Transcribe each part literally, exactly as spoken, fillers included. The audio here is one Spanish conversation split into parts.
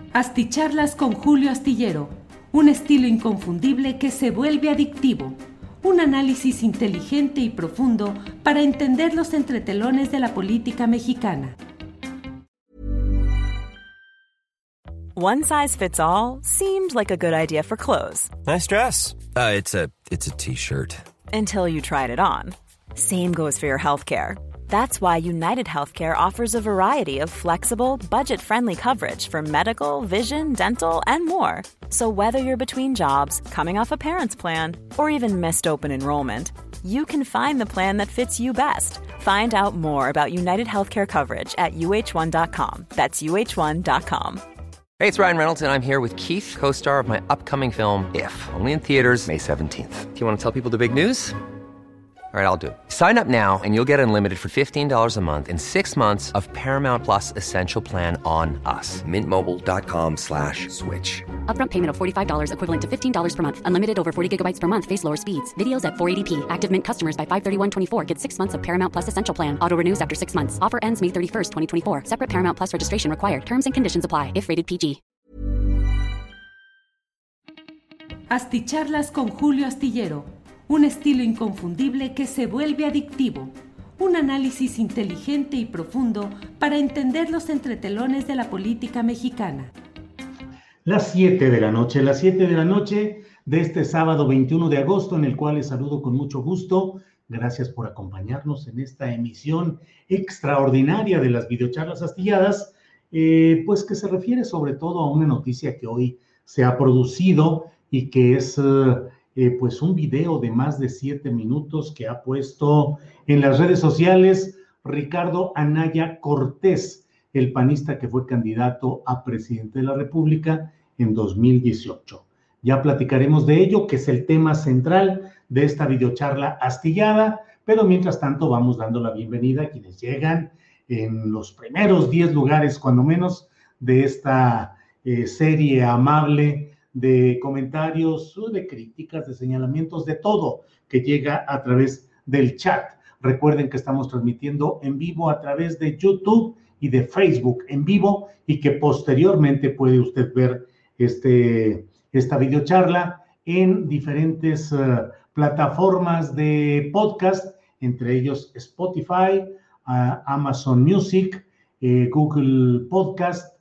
Asticharlas con Julio Astillero, un estilo inconfundible que se vuelve adictivo, un análisis inteligente y profundo para entender los entretelones de la política mexicana. One size fits all seemed like a good idea for clothes. Nice dress. Uh, it's a it's a t-shirt. Until you tried it on. Same goes for your healthcare. That's why United Healthcare offers a variety of flexible, budget-friendly coverage for medical, vision, dental, and more. So whether you're between jobs, coming off a parent's plan, or even missed open enrollment, you can find the plan that fits you best. Find out more about United Healthcare coverage at U H one dot com. That's U H one dot com. Hey, it's Ryan Reynolds, and I'm here with Keith, co-star of my upcoming film, If, only in theaters May seventeenth. Do you want to tell people the big news? All right, I'll do it. Sign up now and you'll get unlimited for fifteen dollars a month and six months of Paramount Plus Essential Plan on us. Mint Mobile dot com slash switch. Upfront payment of forty-five dollars equivalent to fifteen dollars per month. Unlimited over forty gigabytes per month. Face lower speeds. Videos at four eighty p. Active Mint customers by five thirty-one twenty-four get six months of Paramount Plus Essential Plan. Auto renews after six months. Offer ends May thirty-first, twenty twenty-four. Separate Paramount Plus registration required. Terms and conditions apply if rated P G. Asticharlas con Julio Astillero, un estilo inconfundible que se vuelve adictivo, un análisis inteligente y profundo para entender los entretelones de la política mexicana. Las siete de la noche, las siete de la noche de este sábado veintiuno de agosto, en el cual les saludo con mucho gusto. Gracias por acompañarnos en esta emisión extraordinaria de las videocharlas astilladas, eh, pues que se refiere sobre todo a una noticia que hoy se ha producido y que es eh, pues un video de más de siete minutos que ha puesto en las redes sociales Ricardo Anaya Cortés, el panista que fue candidato a presidente de la República en dos mil dieciocho. Ya platicaremos de ello, que es el tema central de esta videocharla astillada, pero mientras tanto vamos dando la bienvenida a quienes llegan en los primeros diez lugares, cuando menos, de esta eh, serie amable de comentarios, de críticas, de señalamientos, de todo que llega a través del chat. Recuerden que estamos transmitiendo en vivo a través de YouTube y de Facebook en vivo y que posteriormente puede usted ver este, esta videocharla en diferentes uh, plataformas de podcast, entre ellos Spotify, uh, Amazon Music, eh, Google Podcast,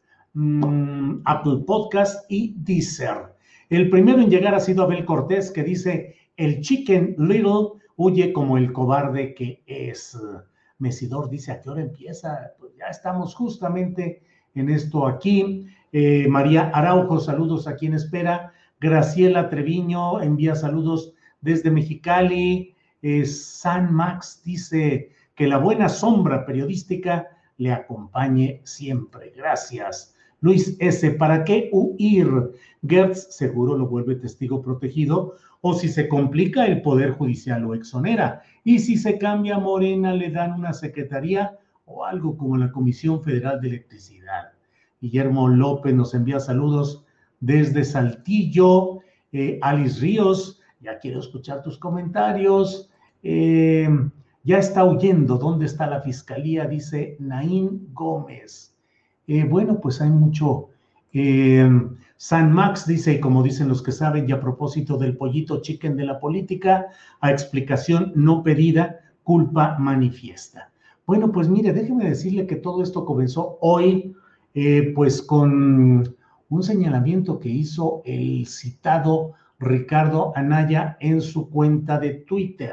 um, Apple Podcast y Deezer. El primero en llegar ha sido Abel Cortés, que dice: el Chicken Little huye como el cobarde que es. Mesidor dice: ¿a qué hora empieza? Pues ya estamos justamente en esto aquí. Eh, María Araujo, saludos a quien espera. Graciela Treviño envía saludos desde Mexicali. Eh, San Max dice que la buena sombra periodística le acompañe siempre. Gracias. Luis S., ¿para qué huir? Gertz seguro lo vuelve testigo protegido, o si se complica el Poder Judicial lo exonera, y si se cambia a Morena le dan una secretaría o algo como la Comisión Federal de Electricidad. Guillermo López nos envía saludos desde Saltillo. eh, Alice Ríos, ya quiero escuchar tus comentarios. Eh, ya está huyendo, ¿dónde está la fiscalía? Dice Naín Gómez. Eh, bueno, pues hay mucho. Eh, San Max dice, y como dicen los que saben, y a propósito del pollito chicken de la política, a explicación no pedida, culpa manifiesta. Bueno, pues mire, déjeme decirle que todo esto comenzó hoy, eh, pues con un señalamiento que hizo el citado Ricardo Anaya en su cuenta de Twitter.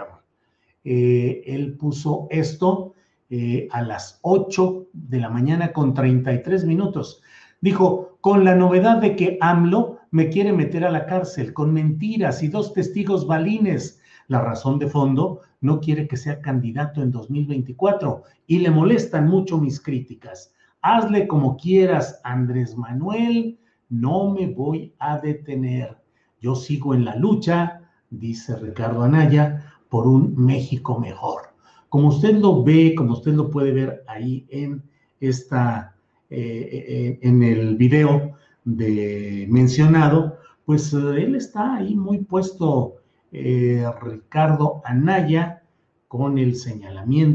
Eh, él puso esto eh, a las ocho de la mañana con treinta y tres minutos. Dijo: con la novedad de que AMLO me quiere meter a la cárcel con mentiras y dos testigos balines. La razón de fondo, no quiere que sea candidato en dos mil veinticuatro y le molestan mucho mis críticas. Hazle como quieras, Andrés Manuel, no me voy a detener. Yo sigo en la lucha, dice Ricardo Anaya, por un México mejor. Como usted lo ve, como usted lo puede ver ahí en esta... Eh, en el video de mencionado, pues eh, él está ahí muy puesto, eh, Ricardo Anaya, con el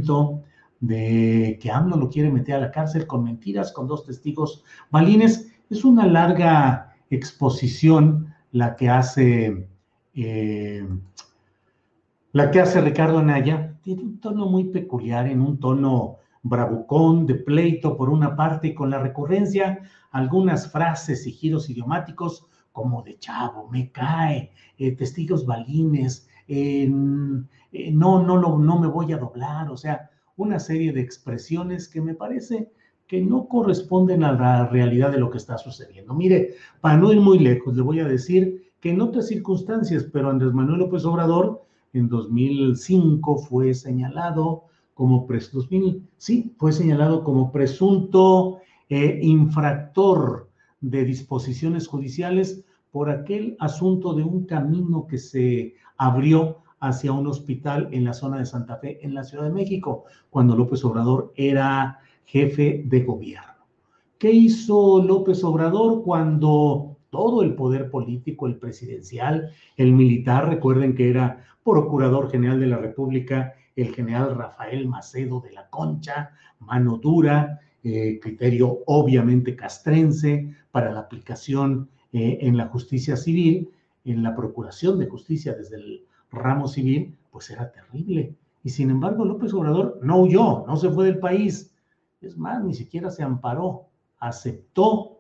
señalamiento de que AMLO lo quiere meter a la cárcel con mentiras, con dos testigos balines, Es una larga exposición la que hace, eh, la que hace Ricardo Anaya. Tiene un tono muy peculiar, en un tono bravucón, de pleito por una parte, y con la recurrencia algunas frases y giros idiomáticos como de chavo, me cae, eh, testigos balines, eh, eh, no, no, no, no me voy a doblar, o sea, una serie de expresiones que me parece que no corresponden a la realidad de lo que está sucediendo. Mire, para no ir muy lejos, le voy a decir que en otras circunstancias, pero Andrés Manuel López Obrador en dos mil cinco fue señalado como, pres, dos mil, sí, fue señalado como presunto eh, infractor de disposiciones judiciales por aquel asunto de un camino que se abrió hacia un hospital en la zona de Santa Fe, en la Ciudad de México, cuando López Obrador era jefe de gobierno. ¿Qué hizo López Obrador cuando todo el poder político, el presidencial, el militar, recuerden que era Procurador General de la República, el general Rafael Macedo de la Concha, mano dura, eh, criterio obviamente castrense para la aplicación eh, en la justicia civil, en la procuración de justicia desde el ramo civil, pues era terrible. Y sin embargo, López Obrador no huyó, no se fue del país. Es más, ni siquiera se amparó, aceptó,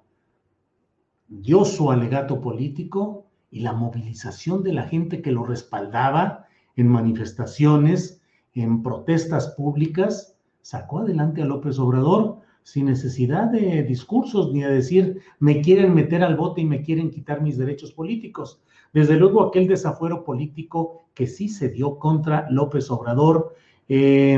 dio su alegato político y la movilización de la gente que lo respaldaba en manifestaciones, en protestas públicas, sacó adelante a López Obrador sin necesidad de discursos ni de decir me quieren meter al bote y me quieren quitar mis derechos políticos. Desde luego aquel desafuero político que sí se dio contra López Obrador eh,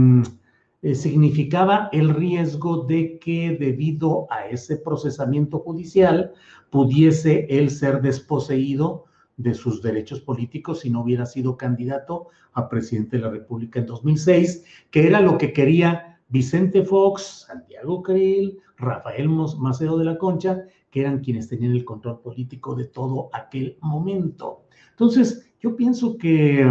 eh, significaba el riesgo de que debido a ese procesamiento judicial pudiese él ser desposeído de sus derechos políticos si no hubiera sido candidato a presidente de la República en dos mil seis, que era lo que quería Vicente Fox, Santiago Creel, Rafael Macedo de la Concha, que eran quienes tenían el control político de todo aquel momento. Entonces, yo pienso que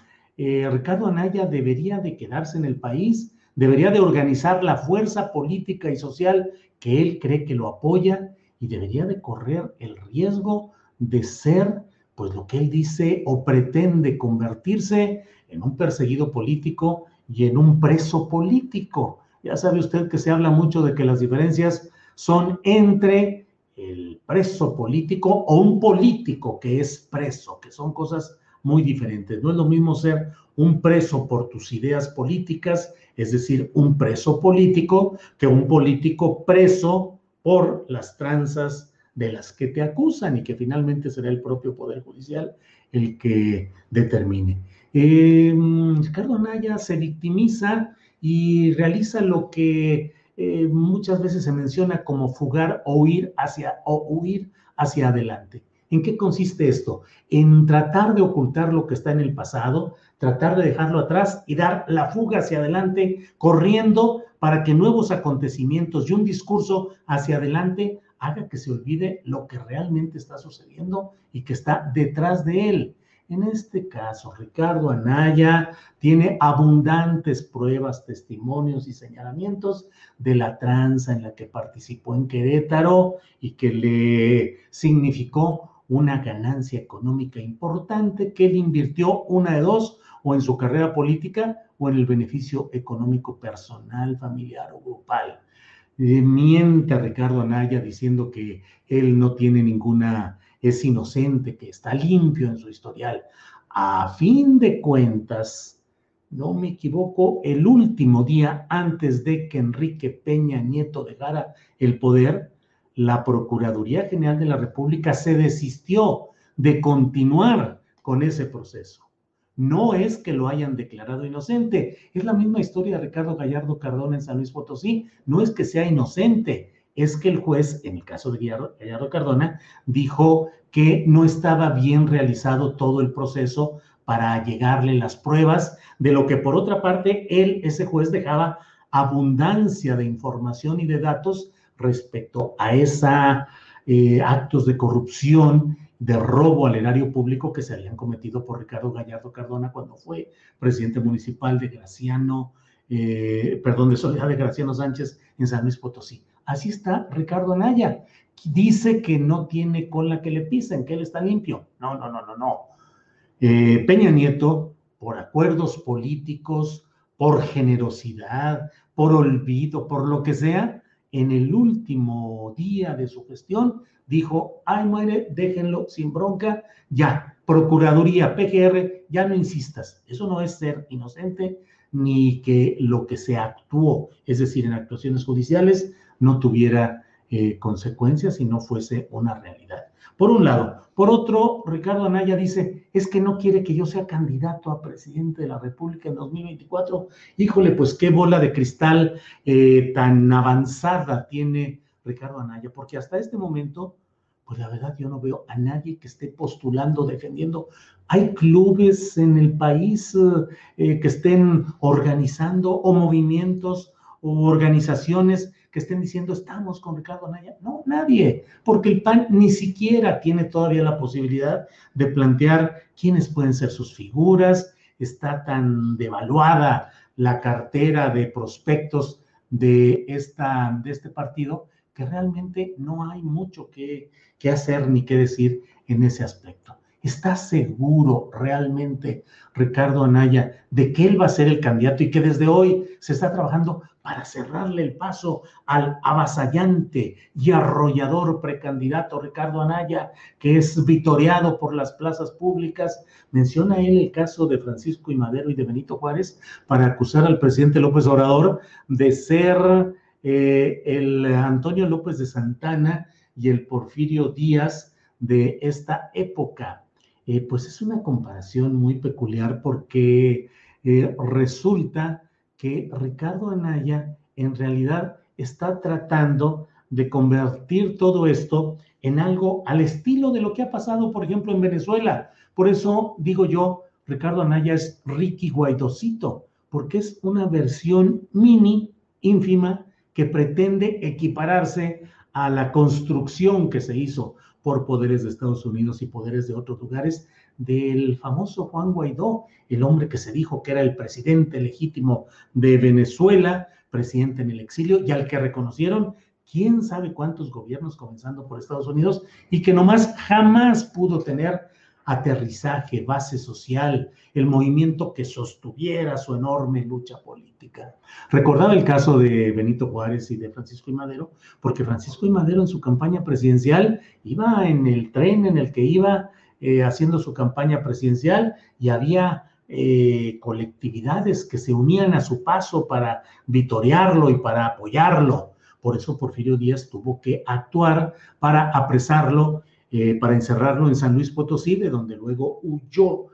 eh, Ricardo Anaya debería de quedarse en el país, debería de organizar la fuerza política y social que él cree que lo apoya y debería de correr el riesgo de ser, pues lo que él dice o pretende convertirse en un perseguido político y en un preso político. Ya sabe usted que se habla mucho de que las diferencias son entre el preso político o un político que es preso, que son cosas muy diferentes. No es lo mismo ser un preso por tus ideas políticas, es decir, un preso político, que un político preso por las tranzas de las que te acusan y que finalmente será el propio Poder Judicial el que determine. Eh, Ricardo Anaya se victimiza y realiza lo que eh, muchas veces se menciona como fugar o huir hacia, o huir hacia adelante. ¿En qué consiste esto? En tratar de ocultar lo que está en el pasado, tratar de dejarlo atrás y dar la fuga hacia adelante, corriendo para que nuevos acontecimientos y un discurso hacia adelante haga que se olvide lo que realmente está sucediendo y que está detrás de él. En este caso, Ricardo Anaya tiene abundantes pruebas, testimonios y señalamientos de la tranza en la que participó en Querétaro y que le significó una ganancia económica importante que él invirtió una de dos, o en su carrera política o en el beneficio económico personal, familiar o grupal. Eh, miente Ricardo Anaya diciendo que él no tiene ninguna, es inocente, que está limpio en su historial. A fin de cuentas, no me equivoco, el último día antes de que Enrique Peña Nieto dejara el poder, la Procuraduría General de la República se desistió de continuar con ese proceso. No es que lo hayan declarado inocente, es la misma historia de Ricardo Gallardo Cardona en San Luis Potosí, no es que sea inocente, es que el juez, en el caso de Gallardo Cardona, dijo que no estaba bien realizado todo el proceso para llegarle las pruebas, de lo que por otra parte, él, ese juez, dejaba abundancia de información y de datos respecto a esos eh, actos de corrupción, de robo al erario público que se habían cometido por Ricardo Gallardo Cardona cuando fue presidente municipal de Graciano, eh, perdón, de Soledad de Graciano Sánchez en San Luis Potosí. Así está Ricardo Anaya, dice que no tiene cola que le pisen, que él está limpio. No, no, no, no, no. Eh, Peña Nieto, por acuerdos políticos, por generosidad, por olvido, por lo que sea, en el último día de su gestión dijo, ay, muere, déjenlo sin bronca, ya, Procuraduría, P G R, ya no insistas. Eso no es ser inocente, ni que lo que se actuó, es decir, en actuaciones judiciales, no tuviera eh, consecuencias y no fuese una realidad. Por un lado. Por otro, Ricardo Anaya dice, es que no quiere que yo sea candidato a presidente de la República en dos mil veinticuatro. Híjole, pues qué bola de cristal eh, tan avanzada tiene Ricardo Anaya, porque hasta este momento, pues la verdad yo no veo a nadie que esté postulando, defendiendo. Hay clubes en el país eh, que estén organizando o movimientos o organizaciones que estén diciendo estamos con Ricardo Anaya. No, nadie, porque el P A N ni siquiera tiene todavía la posibilidad de plantear quiénes pueden ser sus figuras. Está tan devaluada la cartera de prospectos de, esta, de este partido que realmente no hay mucho que, que hacer ni que decir en ese aspecto. ¿Está seguro realmente Ricardo Anaya de que él va a ser el candidato y que desde hoy se está trabajando para cerrarle el paso al avasallante y arrollador precandidato Ricardo Anaya, que es vitoreado por las plazas públicas? Menciona él el caso de Francisco I. Madero y de Benito Juárez para acusar al presidente López Obrador de ser eh, el Antonio López de Santana y el Porfirio Díaz de esta época. Eh, pues es una comparación muy peculiar porque eh, resulta que Ricardo Anaya en realidad está tratando de convertir todo esto en algo al estilo de lo que ha pasado, por ejemplo, en Venezuela. Por eso digo yo, Ricardo Anaya es Ricky Guaidocito, porque es una versión mini, ínfima, que pretende equipararse a la construcción que se hizo por poderes de Estados Unidos y poderes de otros lugares, del famoso Juan Guaidó, el hombre que se dijo que era el presidente legítimo de Venezuela, presidente en el exilio, y al que reconocieron quién sabe cuántos gobiernos, comenzando por Estados Unidos, y que nomás jamás pudo tener aterrizaje, base social, el movimiento que sostuviera su enorme lucha política. Recordaba el caso de Benito Juárez y de Francisco I. Madero, porque Francisco I. Madero en su campaña presidencial iba en el tren en el que iba eh, haciendo su campaña presidencial y había eh, colectividades que se unían a su paso para vitorearlo y para apoyarlo. Por eso Porfirio Díaz tuvo que actuar para apresarlo, Eh, para encerrarlo en San Luis Potosí, de donde luego huyó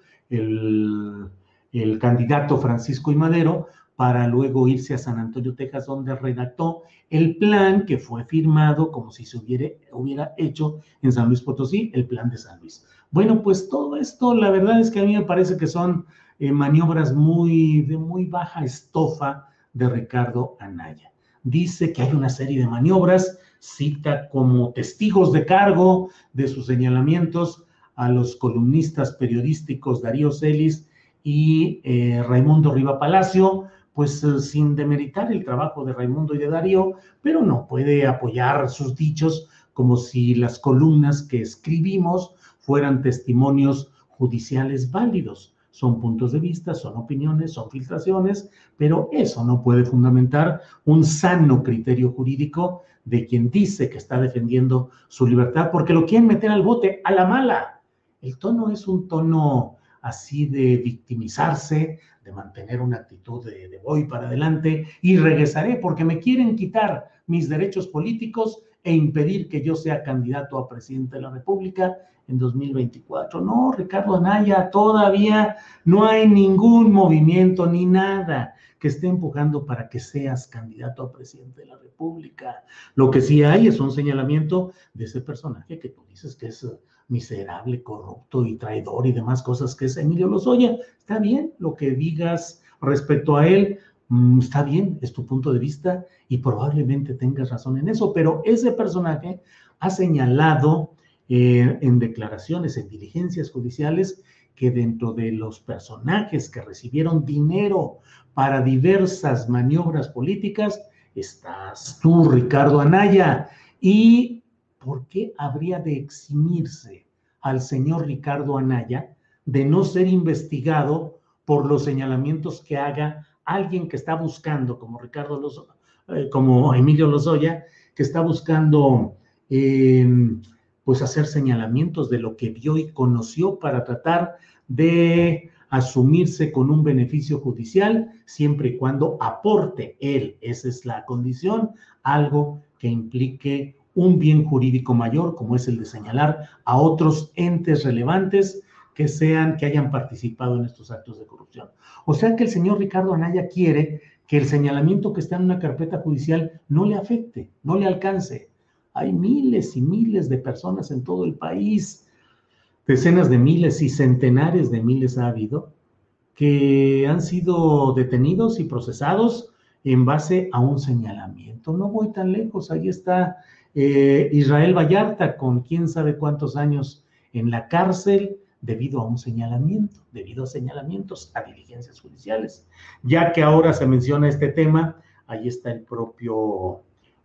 el, el candidato Francisco I. Madero, para luego irse a San Antonio, Texas, donde redactó el plan que fue firmado como si se hubiera, hubiera hecho en San Luis Potosí, el plan de San Luis. Bueno, pues todo esto, la verdad es que a mí me parece que son eh, maniobras muy, de muy baja estofa de Ricardo Anaya. Dice que hay una serie de maniobras, cita como testigos de cargo de sus señalamientos a los columnistas periodísticos Darío Celis y eh, Raimundo Riva Palacio, pues eh, sin demeritar el trabajo de Raimundo y de Darío, pero no puede apoyar sus dichos como si las columnas que escribimos fueran testimonios judiciales válidos. Son puntos de vista, son opiniones, son filtraciones, pero eso no puede fundamentar un sano criterio jurídico de quien dice que está defendiendo su libertad porque lo quieren meter al bote a la mala. El tono es un tono así de victimizarse, de mantener una actitud de, de voy para adelante y regresaré porque me quieren quitar mis derechos políticos e impedir que yo sea candidato a presidente de la República en dos mil veinticuatro. No, Ricardo Anaya, todavía no hay ningún movimiento ni nada que esté empujando para que seas candidato a presidente de la República. Lo que sí hay es un señalamiento de ese personaje que tú dices que es miserable, corrupto y traidor y demás cosas, que es Emilio Lozoya. Está bien lo que digas respecto a él, está bien, es tu punto de vista y probablemente tengas razón en eso, pero ese personaje ha señalado eh, en declaraciones, en diligencias judiciales, que dentro de los personajes que recibieron dinero para diversas maniobras políticas, estás tú, Ricardo Anaya, y ¿por qué habría de eximirse al señor Ricardo Anaya de no ser investigado por los señalamientos que haga alguien que está buscando, como Ricardo Lozoya, eh, como Emilio Lozoya, que está buscando eh, pues hacer señalamientos de lo que vio y conoció para tratar de asumirse con un beneficio judicial, siempre y cuando aporte él, esa es la condición, algo que implique un bien jurídico mayor, como es el de señalar a otros entes relevantes que sean, que hayan participado en estos actos de corrupción. O sea que el señor Ricardo Anaya quiere que el señalamiento que está en una carpeta judicial no le afecte, no le alcance. Hay miles y miles de personas en todo el país, decenas de miles y centenares de miles ha habido, que han sido detenidos y procesados en base a un señalamiento. No voy tan lejos, ahí está eh, Israel Vallarta con quién sabe cuántos años en la cárcel debido a un señalamiento, debido a señalamientos, a diligencias judiciales. Ya que ahora se menciona este tema, ahí está el propio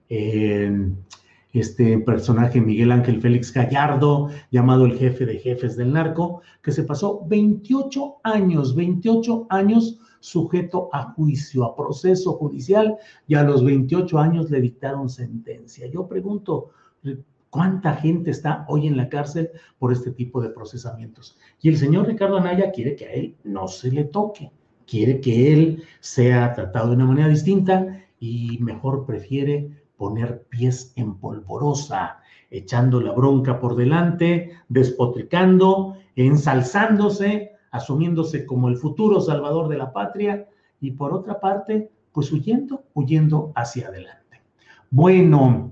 eh, este personaje Miguel Ángel Félix Gallardo, llamado el jefe de jefes del narco, que se pasó veintiocho años, veintiocho años sujeto a juicio, a proceso judicial, y a los veintiocho años le dictaron sentencia. Yo pregunto, ¿cuánta gente está hoy en la cárcel por este tipo de procesamientos? Y el señor Ricardo Anaya quiere que a él no se le toque, quiere que él sea tratado de una manera distinta y mejor prefiere poner pies en polvorosa, echando la bronca por delante, despotricando, ensalzándose, asumiéndose como el futuro salvador de la patria y por otra parte, pues huyendo, huyendo hacia adelante. Bueno,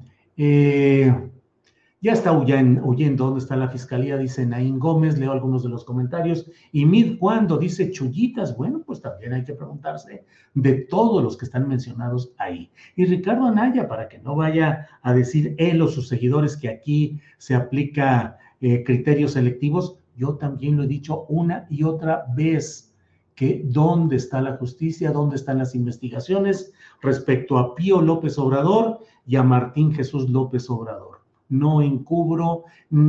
eh, ya está huyendo, huyendo. ¿Dónde está la fiscalía? Dice Naín Gómez, leo algunos de los comentarios. Y Mid cuando dice chullitas, bueno, pues también hay que preguntarse de todos los que están mencionados ahí. Y Ricardo Anaya, para que no vaya a decir él o sus seguidores que aquí se aplica eh, criterios selectivos, yo también lo he dicho una y otra vez, que dónde está la justicia, dónde están las investigaciones respecto a Pío López Obrador y a Martín Jesús López Obrador. No encubro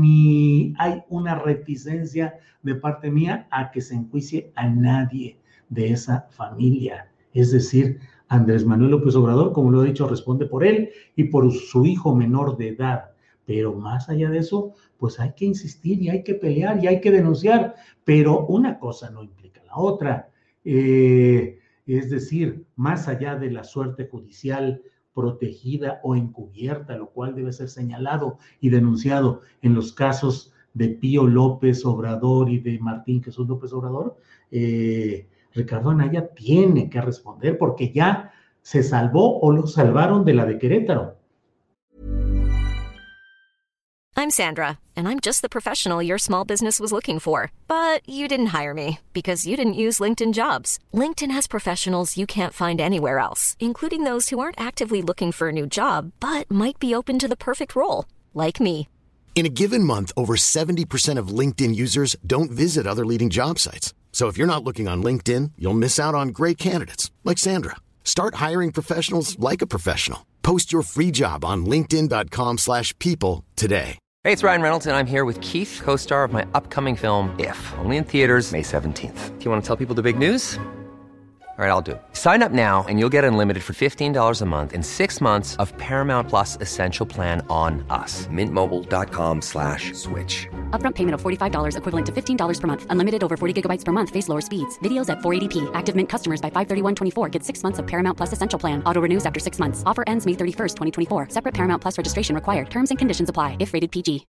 ni hay una reticencia de parte mía a que se enjuicie a nadie de esa familia. Es decir, Andrés Manuel López Obrador, como lo he dicho, responde por él y por su hijo menor de edad. Pero más allá de eso, pues hay que insistir y hay que pelear y hay que denunciar. Pero una cosa no implica la otra. Eh, es decir, más allá de la suerte judicial protegida o encubierta, lo cual debe ser señalado y denunciado en los casos de Pío López Obrador y de Martín Jesús López Obrador, eh, Ricardo Anaya tiene que responder porque ya se salvó o lo salvaron de la de Querétaro. I'm Sandra, and I'm just the professional your small business was looking for. But you didn't hire me because you didn't use LinkedIn Jobs. LinkedIn has professionals you can't find anywhere else, including those who aren't actively looking for a new job, but might be open to the perfect role, like me. In a given month, over seventy percent of LinkedIn users don't visit other leading job sites. So if you're not looking on LinkedIn, you'll miss out on great candidates, like Sandra. Start hiring professionals like a professional. Post your free job on linkedin.com slash people today. Hey, it's Ryan Reynolds, and I'm here with Keith, co-star of my upcoming film, If, only in theaters May seventeenth. Do you want to tell people the big news? All right, I'll do it. Sign up now and you'll get unlimited for fifteen dollars a month and six months of Paramount Plus Essential Plan on us. Mint Mobile dot com slash switch. Upfront payment of forty-five dollars equivalent to fifteen dollars per month. Unlimited over forty gigabytes per month. Face lower speeds. Videos at four eighty p. Active Mint customers by five thirty-one twenty-four get six months of Paramount Plus Essential Plan. Auto renews after six months. Offer ends May thirty-first, twenty twenty-four. Separate Paramount Plus registration required. Terms and conditions apply if rated P G.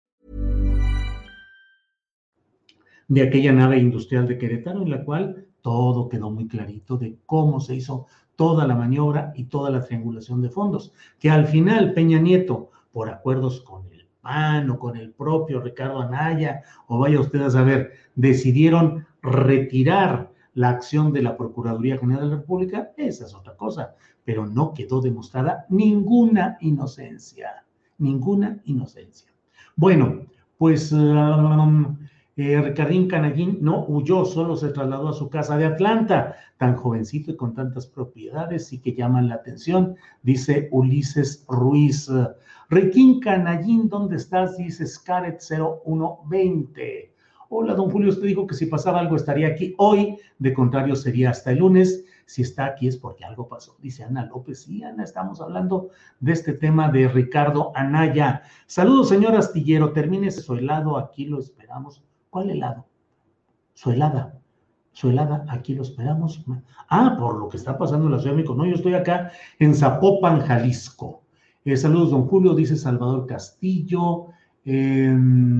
De aquella nave industrial de Querétaro, en la cual todo quedó muy clarito de cómo se hizo toda la maniobra y toda la triangulación de fondos, que al final Peña Nieto, por acuerdos con el P A N o con el propio Ricardo Anaya, o vaya ustedes a ver, decidieron retirar la acción de la Procuraduría General de la República, esa es otra cosa, pero no quedó demostrada ninguna inocencia, ninguna inocencia. Bueno, pues um, eh, Ricardín Canallín no huyó, solo se trasladó a su casa de Atlanta, tan jovencito y con tantas propiedades y que llaman la atención, dice Ulises Ruiz. Riquín Canallín, ¿dónde estás? Dice Scaret cero uno veinte. Hola, don Julio, usted dijo que si pasaba algo estaría aquí hoy, de contrario sería hasta el lunes. Si está aquí es porque algo pasó, dice Ana López. Sí, Ana, estamos hablando de este tema de Ricardo Anaya. Saludos, señor Astillero, termínese su helado, aquí lo esperamos. ¿Cuál helado? Su helada. Su helada, aquí lo esperamos. Ah, por lo que está pasando en la Ciudad de México. No, yo estoy acá en Zapopan, Jalisco. Eh, saludos, don Julio, dice Salvador Castillo. Eh,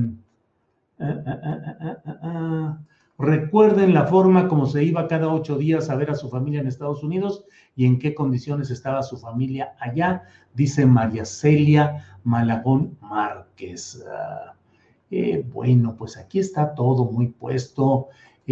ah, ah, ah, ah, ah, ah. Recuerden la forma como se iba cada ocho días a ver a su familia en Estados Unidos y en qué condiciones estaba su familia allá, dice María Celia Malagón Márquez. Uh, eh, bueno, pues aquí está todo muy puesto.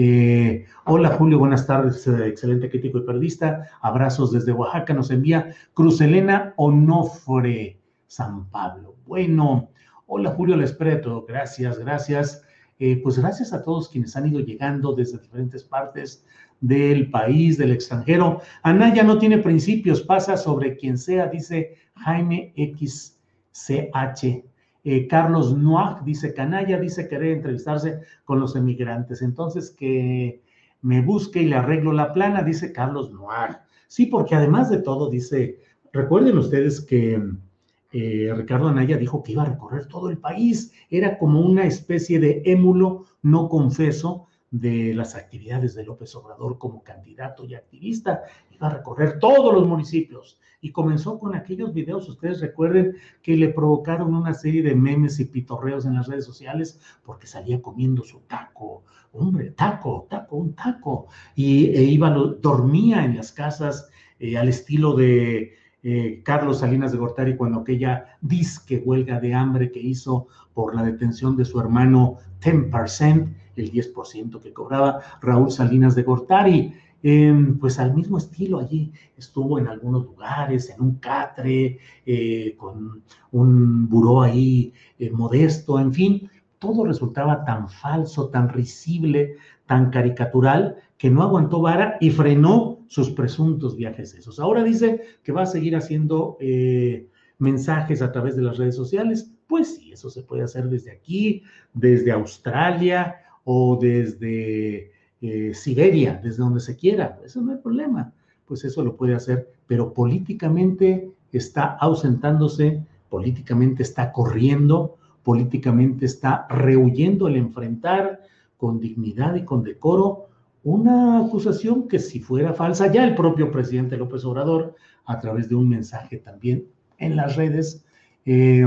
Eh, hola Julio, buenas tardes, eh, excelente crítico y periodista. Abrazos desde Oaxaca, nos envía Cruz Elena Onofre San Pablo. Bueno, hola Julio, les preto, gracias, gracias. Eh, pues gracias a todos quienes han ido llegando desde diferentes partes del país, del extranjero. Anaya no tiene principios, pasa sobre quien sea, dice Jaime X C H. Eh, Carlos Noir dice, Canalla dice querer entrevistarse con los emigrantes, entonces que me busque y le arreglo la plana, dice Carlos Noir. Sí, porque además de todo, dice, recuerden ustedes que Eh, Ricardo Anaya dijo que iba a recorrer todo el país, era como una especie de émulo no confeso de las actividades de López Obrador como candidato y activista, iba a recorrer todos los municipios y comenzó con aquellos videos, ustedes recuerden que le provocaron una serie de memes y pitorreos en las redes sociales porque salía comiendo su taco, hombre, taco, taco, un taco, y e iba, dormía en las casas eh, al estilo de Eh, Carlos Salinas de Gortari cuando aquella disque huelga de hambre que hizo por la detención de su hermano diez por ciento, el diez por ciento que cobraba Raúl Salinas de Gortari, eh, pues al mismo estilo allí estuvo en algunos lugares, en un catre, eh, con un buró ahí eh, modesto, en fin, todo resultaba tan falso, tan risible, tan caricatural, que no aguantó vara y frenó sus presuntos viajes esos. Ahora dice que va a seguir haciendo eh, mensajes a través de las redes sociales. Pues sí, eso se puede hacer desde aquí, desde Australia o desde eh, Siberia, desde donde se quiera. Eso no hay problema. Pues eso lo puede hacer, pero políticamente está ausentándose, políticamente está corriendo, políticamente está rehuyendo el enfrentar con dignidad y con decoro una acusación que si fuera falsa, ya el propio presidente López Obrador, a través de un mensaje también en las redes, eh,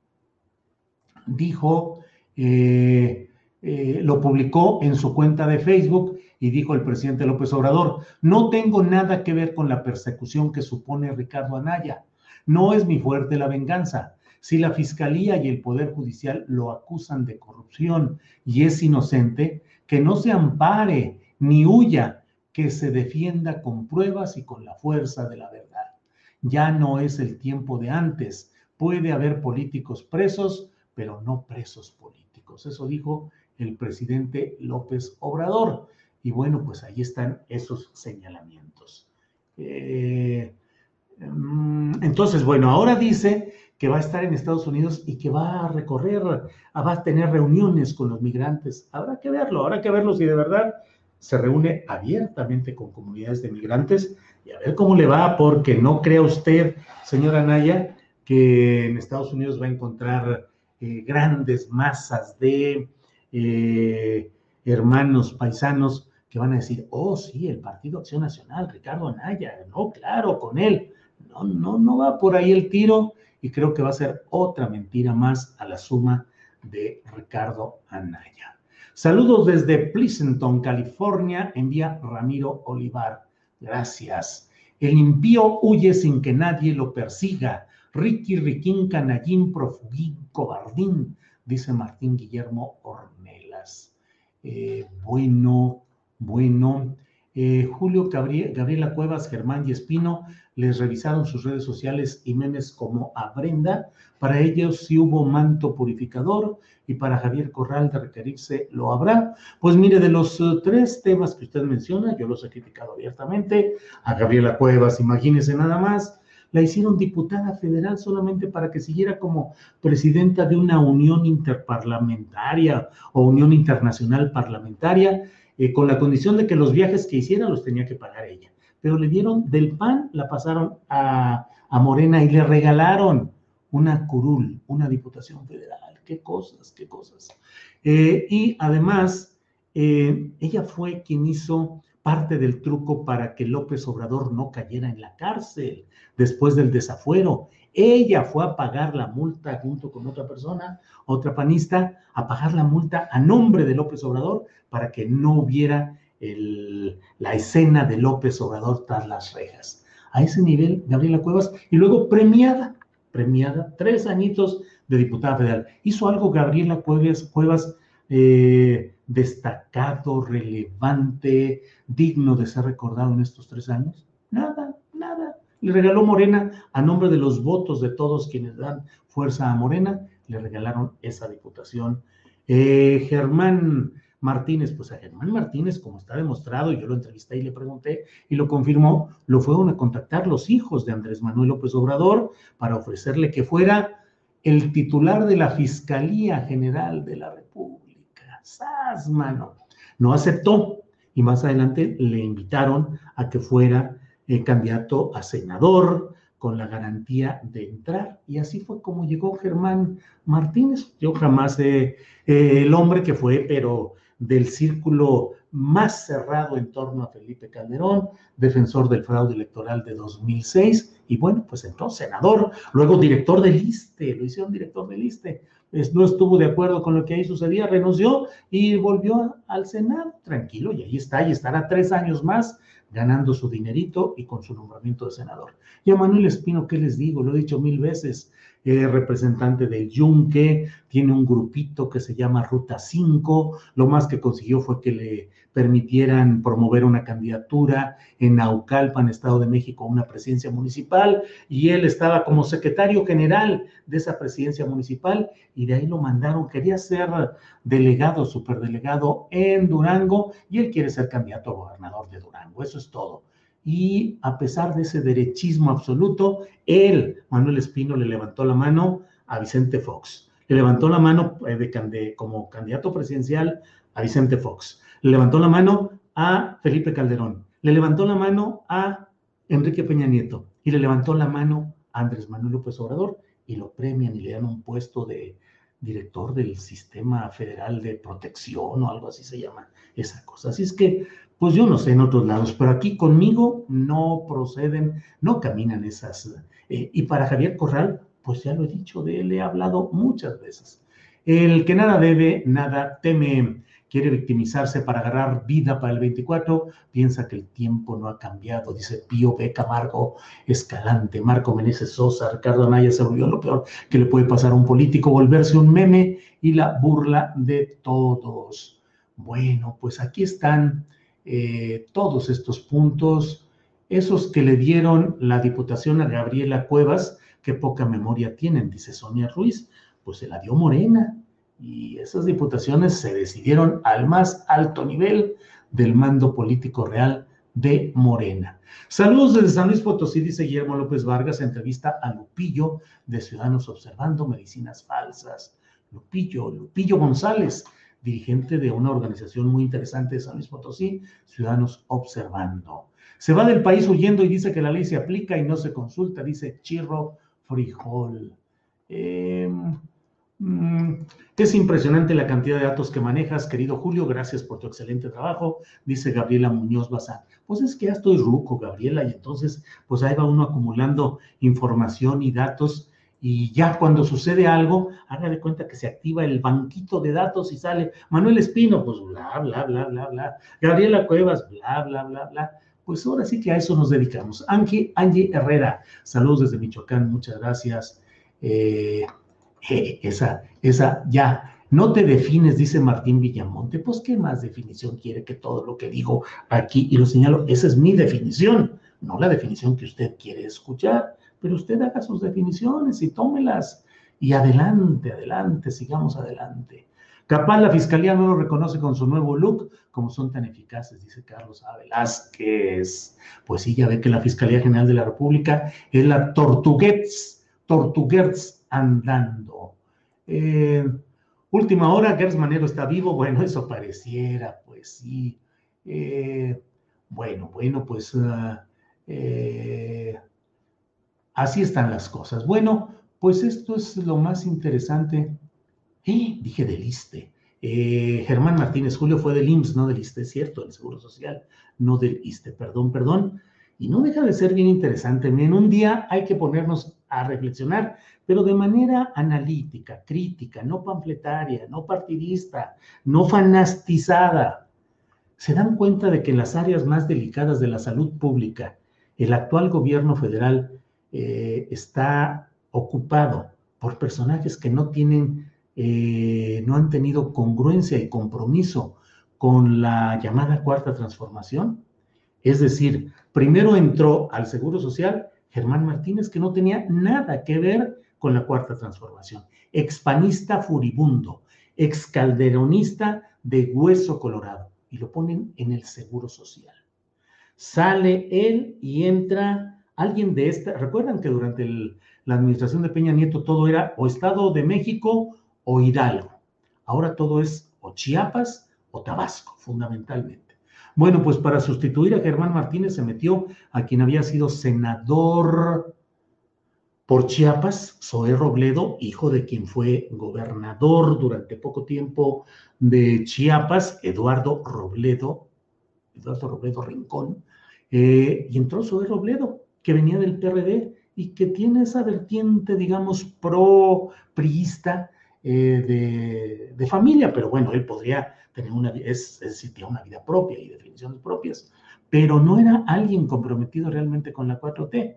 dijo, eh, eh, lo publicó en su cuenta de Facebook y dijo el presidente López Obrador, no tengo nada que ver con la persecución que supone Ricardo Anaya, no es mi fuerte la venganza. Si la Fiscalía y el Poder Judicial lo acusan de corrupción y es inocente, que no se ampare ni huya, que se defienda con pruebas y con la fuerza de la verdad. Ya no es el tiempo de antes. Puede haber políticos presos, pero no presos políticos. Eso dijo el presidente López Obrador. Y bueno, pues ahí están esos señalamientos. Eh, entonces, bueno, ahora dice que va a estar en Estados Unidos y que va a recorrer, va a tener reuniones con los migrantes. Habrá que verlo, habrá que verlo si de verdad se reúne abiertamente con comunidades de migrantes y a ver cómo le va, porque no crea usted, señora Anaya, que en Estados Unidos va a encontrar eh, grandes masas de eh, hermanos paisanos que van a decir, oh sí, el Partido Acción Nacional, Ricardo Anaya, no, claro, con él. No, no, no va por ahí el tiro y creo que va a ser otra mentira más a la suma de Ricardo Anaya. Saludos desde Pleasanton, California, envía Ramiro Olivar. Gracias. El impío huye sin que nadie lo persiga. Ricky, Riquín, Canallín, Profugín, Cobardín, dice Martín Guillermo Ornelas. Eh, bueno, bueno. Eh, Julio, Gabriel, Gabriela Cuevas, Germán y Espino les revisaron sus redes sociales y memes como a Brenda. Para ellos sí hubo manto purificador y para Javier Corral de requerirse lo habrá. Pues mire, de los uh, tres temas que usted menciona, yo los he criticado abiertamente. A Gabriela Cuevas, imagínese nada más, la hicieron diputada federal solamente para que siguiera como presidenta de una unión interparlamentaria o unión internacional parlamentaria, eh, con la condición de que los viajes que hiciera los tenía que pagar ella. Pero le dieron del P A N, la pasaron a, a Morena y le regalaron una curul, una diputación federal. Qué cosas, qué cosas. Eh, y además, eh, ella fue quien hizo parte del truco para que López Obrador no cayera en la cárcel después del desafuero. Ella fue a pagar la multa junto con otra persona, otra panista, a pagar la multa a nombre de López Obrador para que no hubiera el, la escena de López Obrador tras las rejas. A ese nivel, Gabriela Cuevas, y luego premiada, premiada, tres añitos de diputada federal. ¿Hizo algo Gabriela Cuevas, Cuevas eh, destacado, relevante, digno de ser recordado en estos tres años? Nada, nada. Le regaló Morena, a nombre de los votos de todos quienes dan fuerza a Morena, le regalaron esa diputación. Eh, Germán Martínez, pues a Germán Martínez, como está demostrado, yo lo entrevisté y le pregunté, y lo confirmó, lo fueron a contactar los hijos de Andrés Manuel López Obrador para ofrecerle que fuera el titular de la Fiscalía General de la República. ¡Sas, mano! No aceptó, y más adelante le invitaron a que fuera eh, candidato a senador, con la garantía de entrar, y así fue como llegó Germán Martínez. Yo jamás, eh, eh, el hombre que fue, pero del círculo más cerrado en torno a Felipe Calderón, defensor del fraude electoral de dos mil seis, y bueno, pues entonces senador, luego director del ISSSTE, lo hicieron director del ISSSTE, pues no estuvo de acuerdo con lo que ahí sucedía, renunció y volvió al Senado, tranquilo, y ahí está, y estará tres años más ganando su dinerito y con su nombramiento de senador. Y a Manuel Espino, ¿qué les digo? Lo he dicho mil veces, eh, representante del Yunque, tiene un grupito que se llama Ruta cinco, lo más que consiguió fue que le permitieran promover una candidatura en Naucalpan, Estado de México, una presidencia municipal, y él estaba como secretario general de esa presidencia municipal, y de ahí lo mandaron, quería ser delegado, superdelegado en Durango, y él quiere ser candidato a gobernador de Durango, eso es todo. Y a pesar de ese derechismo absoluto, él, Manuel Espino, le levantó la mano a Vicente Fox, le levantó la mano de, de, como candidato presidencial a Vicente Fox, le levantó la mano a Felipe Calderón, le levantó la mano a Enrique Peña Nieto y le levantó la mano a Andrés Manuel López Obrador, y lo premian y le dan un puesto de director del Sistema Federal de Protección o algo así se llama esa cosa. Así es que, pues yo no sé en otros lados, pero aquí conmigo no proceden, no caminan esas. Eh, y para Javier Corral, pues ya lo he dicho de él, he hablado muchas veces. El que nada debe, nada teme, quiere victimizarse para agarrar vida para el veinticuatro, piensa que el tiempo no ha cambiado, dice Pío B. Camargo Escalante. Marco Meneses Sosa, Ricardo Anaya se volvió lo peor que le puede pasar a un político, volverse un meme y la burla de todos. Bueno, pues aquí están eh, todos estos puntos, esos que le dieron la diputación a Gabriela Cuevas, que poca memoria tienen, dice Sonia Ruiz, pues se la dio Morena. Y esas diputaciones se decidieron al más alto nivel del mando político real de Morena. Saludos desde San Luis Potosí, dice Guillermo López Vargas, entrevista a Lupillo de Ciudadanos Observando Medicinas Falsas. Lupillo, Lupillo González, dirigente de una organización muy interesante de San Luis Potosí, Ciudadanos Observando. Se va del país huyendo y dice que la ley se aplica y no se consulta, dice Chirro Frijol. Eh... Es impresionante la cantidad de datos que manejas, querido Julio, gracias por tu excelente trabajo, dice Gabriela Muñoz Bazán. Pues es que ya estoy ruco, Gabriela, y entonces pues ahí va uno acumulando información y datos, y ya cuando sucede algo, haga de cuenta que se activa el banquito de datos y sale Manuel Espino, pues bla, bla, bla, bla, bla, Gabriela Cuevas, bla, bla, bla, bla. Pues ahora sí que a eso nos dedicamos. Angie, Angie Herrera, saludos desde Michoacán, muchas gracias. Eh... Eh, esa, esa, ya, no te defines, dice Martín Villamonte. Pues, ¿qué más definición quiere que todo lo que digo aquí? Y lo señalo, esa es mi definición, no la definición que usted quiere escuchar, pero usted haga sus definiciones y tómelas. Y adelante, adelante, sigamos adelante. Capaz la fiscalía no lo reconoce con su nuevo look, como son tan eficaces, dice Carlos A. Velázquez. Pues sí, ya ve que la Fiscalía General de la República es la Tortuguets, Tortuguets andando. Eh, última hora, Gers Manero está vivo. Bueno, eso pareciera, pues sí. Eh, bueno, bueno, pues uh, eh, así están las cosas. Bueno, pues esto es lo más interesante. Eh, dije del ISSSTE. Eh, Germán Martínez Julio fue del I M S S, no del ISSSTE, es cierto, del Seguro Social, no del ISSSTE, perdón, perdón. Y no deja de ser bien interesante. En un día hay que ponernos a reflexionar, pero de manera analítica, crítica, no panfletaria, no partidista, no fanatizada. Se dan cuenta de que en las áreas más delicadas de la salud pública, el actual gobierno federal eh, está ocupado por personajes que no tienen Eh, no han tenido congruencia y compromiso con la llamada Cuarta Transformación. Es decir, primero entró al Seguro Social Germán Martínez, que no tenía nada que ver con la Cuarta Transformación. Expanista furibundo, excalderonista de hueso colorado, y lo ponen en el Seguro Social. Sale él y entra alguien de esta. Recuerdan que durante el, la administración de Peña Nieto todo era o Estado de México o Hidalgo. Ahora todo es o Chiapas o Tabasco, fundamentalmente. Bueno, pues para sustituir a Germán Martínez se metió a quien había sido senador por Chiapas, Zoé Robledo, hijo de quien fue gobernador durante poco tiempo de Chiapas, Eduardo Robledo, Eduardo Robledo Rincón, eh, y entró Zoé Robledo, que venía del P R D y que tiene esa vertiente, digamos, pro-priista, Eh, de, de familia, pero bueno, él podría tener una vida, es, es decir, tiene una vida propia y definiciones propias, pero no era alguien comprometido realmente con la cuatro T.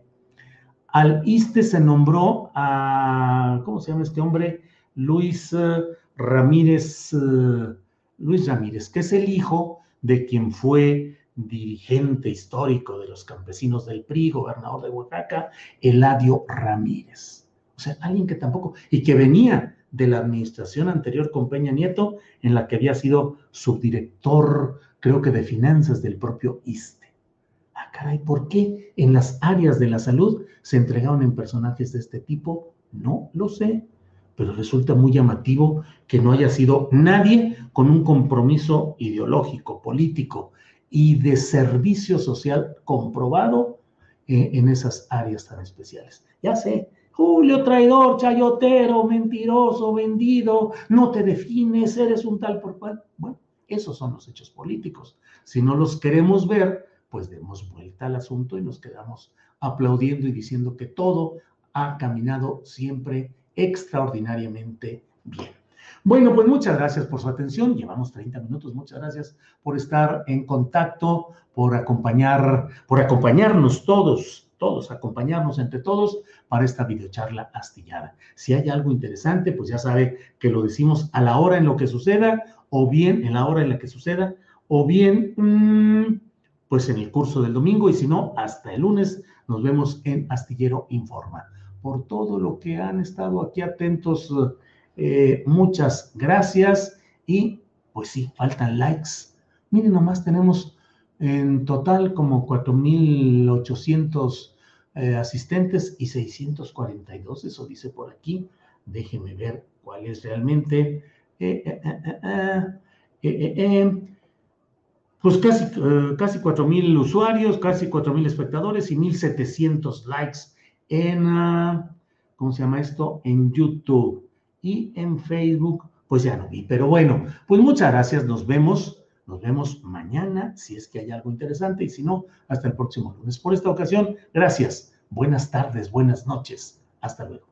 Al ISSSTE se nombró a, ¿cómo se llama este hombre? Luis uh, Ramírez, uh, Luis Ramírez, que es el hijo de quien fue dirigente histórico de los campesinos del P R I, gobernador de Oaxaca, Eladio Ramírez. O sea, alguien que tampoco, y que venía de la administración anterior con Peña Nieto, en la que había sido subdirector, creo que de finanzas del propio ISSSTE. Ah, caray, ¿por qué en las áreas de la salud se entregaron en personajes de este tipo? No lo sé, pero resulta muy llamativo que no haya sido nadie con un compromiso ideológico, político y de servicio social comprobado eh, en esas áreas tan especiales. Ya sé, Julio, traidor, chayotero, mentiroso, vendido, no te defines, eres un tal por cual. Bueno, esos son los hechos políticos. Si no los queremos ver, pues demos vuelta al asunto y nos quedamos aplaudiendo y diciendo que todo ha caminado siempre extraordinariamente bien. Bueno, pues muchas gracias por su atención. Llevamos treinta minutos. Muchas gracias por estar en contacto, por acompañar, por acompañarnos todos, todos, acompañarnos entre todos para esta videocharla astillada. Si hay algo interesante, pues ya sabe que lo decimos a la hora en lo que suceda, o bien en la hora en la que suceda, o bien, mmm, pues en el curso del domingo, y si no, hasta el lunes nos vemos en Astillero Informa. Por todo lo que han estado aquí atentos, eh, muchas gracias, y pues sí, faltan likes. Miren, nomás tenemos en total como cuatro mil ochocientos eh, asistentes y seiscientos cuarenta y dos, eso dice por aquí. Déjenme ver cuál es realmente. Eh, eh, eh, eh, eh, eh, pues casi, eh, casi cuatro mil usuarios, casi cuatro mil espectadores y mil setecientos likes en, uh, ¿cómo se llama esto? En YouTube. Y en Facebook, pues ya no vi. Pero bueno, pues muchas gracias, nos vemos. Nos vemos mañana, si es que hay algo interesante, y si no, hasta el próximo lunes. Por esta ocasión, gracias. Buenas tardes, buenas noches. Hasta luego.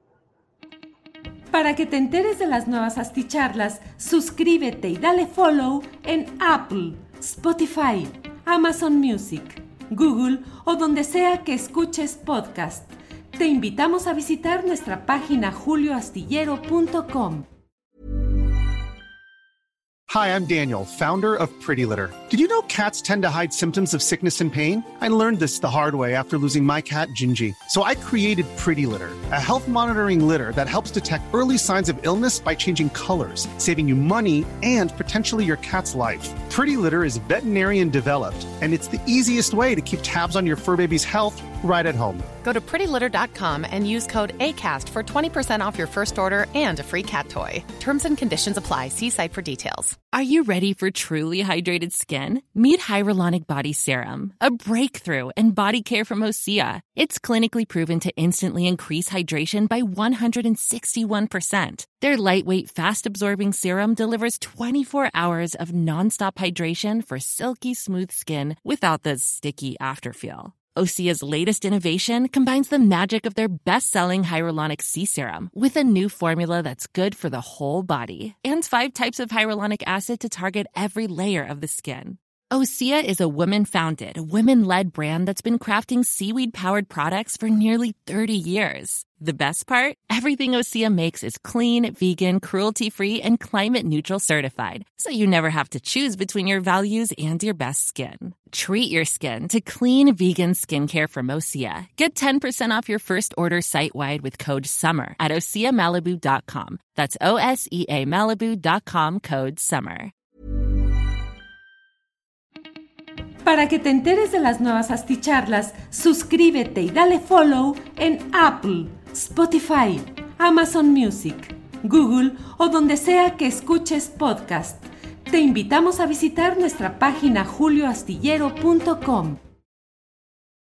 Para que te enteres de las nuevas asticharlas, suscríbete y dale follow en Apple, Spotify, Amazon Music, Google o donde sea que escuches podcast. Te invitamos a visitar nuestra página julio astillero punto com. Hi, I'm Daniel, founder of Pretty Litter. Did you know cats tend to hide symptoms of sickness and pain? I learned this the hard way after losing my cat, Gingy. So I created Pretty Litter, a health monitoring litter that helps detect early signs of illness by changing colors, saving you money and potentially your cat's life. Pretty Litter is veterinarian developed, and it's the easiest way to keep tabs on your fur baby's health right at home. Go to pretty litter dot com and use code ACAST for twenty percent off your first order and a free cat toy. Terms and conditions apply. See site for details. Are you ready for truly hydrated skin? Meet Hyaluronic Body Serum, a breakthrough in body care from Osea. It's clinically proven to instantly increase hydration by one hundred sixty-one percent. Their lightweight, fast-absorbing serum delivers twenty-four hours of nonstop hydration for silky smooth skin without the sticky afterfeel. Osea's latest innovation combines the magic of their best-selling Hyaluronic Sea Serum with a new formula that's good for the whole body and five types of hyaluronic acid to target every layer of the skin. Osea is a women-founded, women-led brand that's been crafting seaweed-powered products for nearly thirty years. The best part? Everything Osea makes is clean, vegan, cruelty-free, and climate-neutral certified, so you never have to choose between your values and your best skin. Treat your skin to clean, vegan skincare from Osea. Get ten percent off your first order site-wide with code SUMMER at osea malibu dot com. That's O S E A Malibu dot com, code SUMMER. Para que te enteres de las nuevas asticharlas, suscríbete y dale follow en Apple, Spotify, Amazon Music, Google o donde sea que escuches podcast. Te invitamos a visitar nuestra página julio astillero punto com.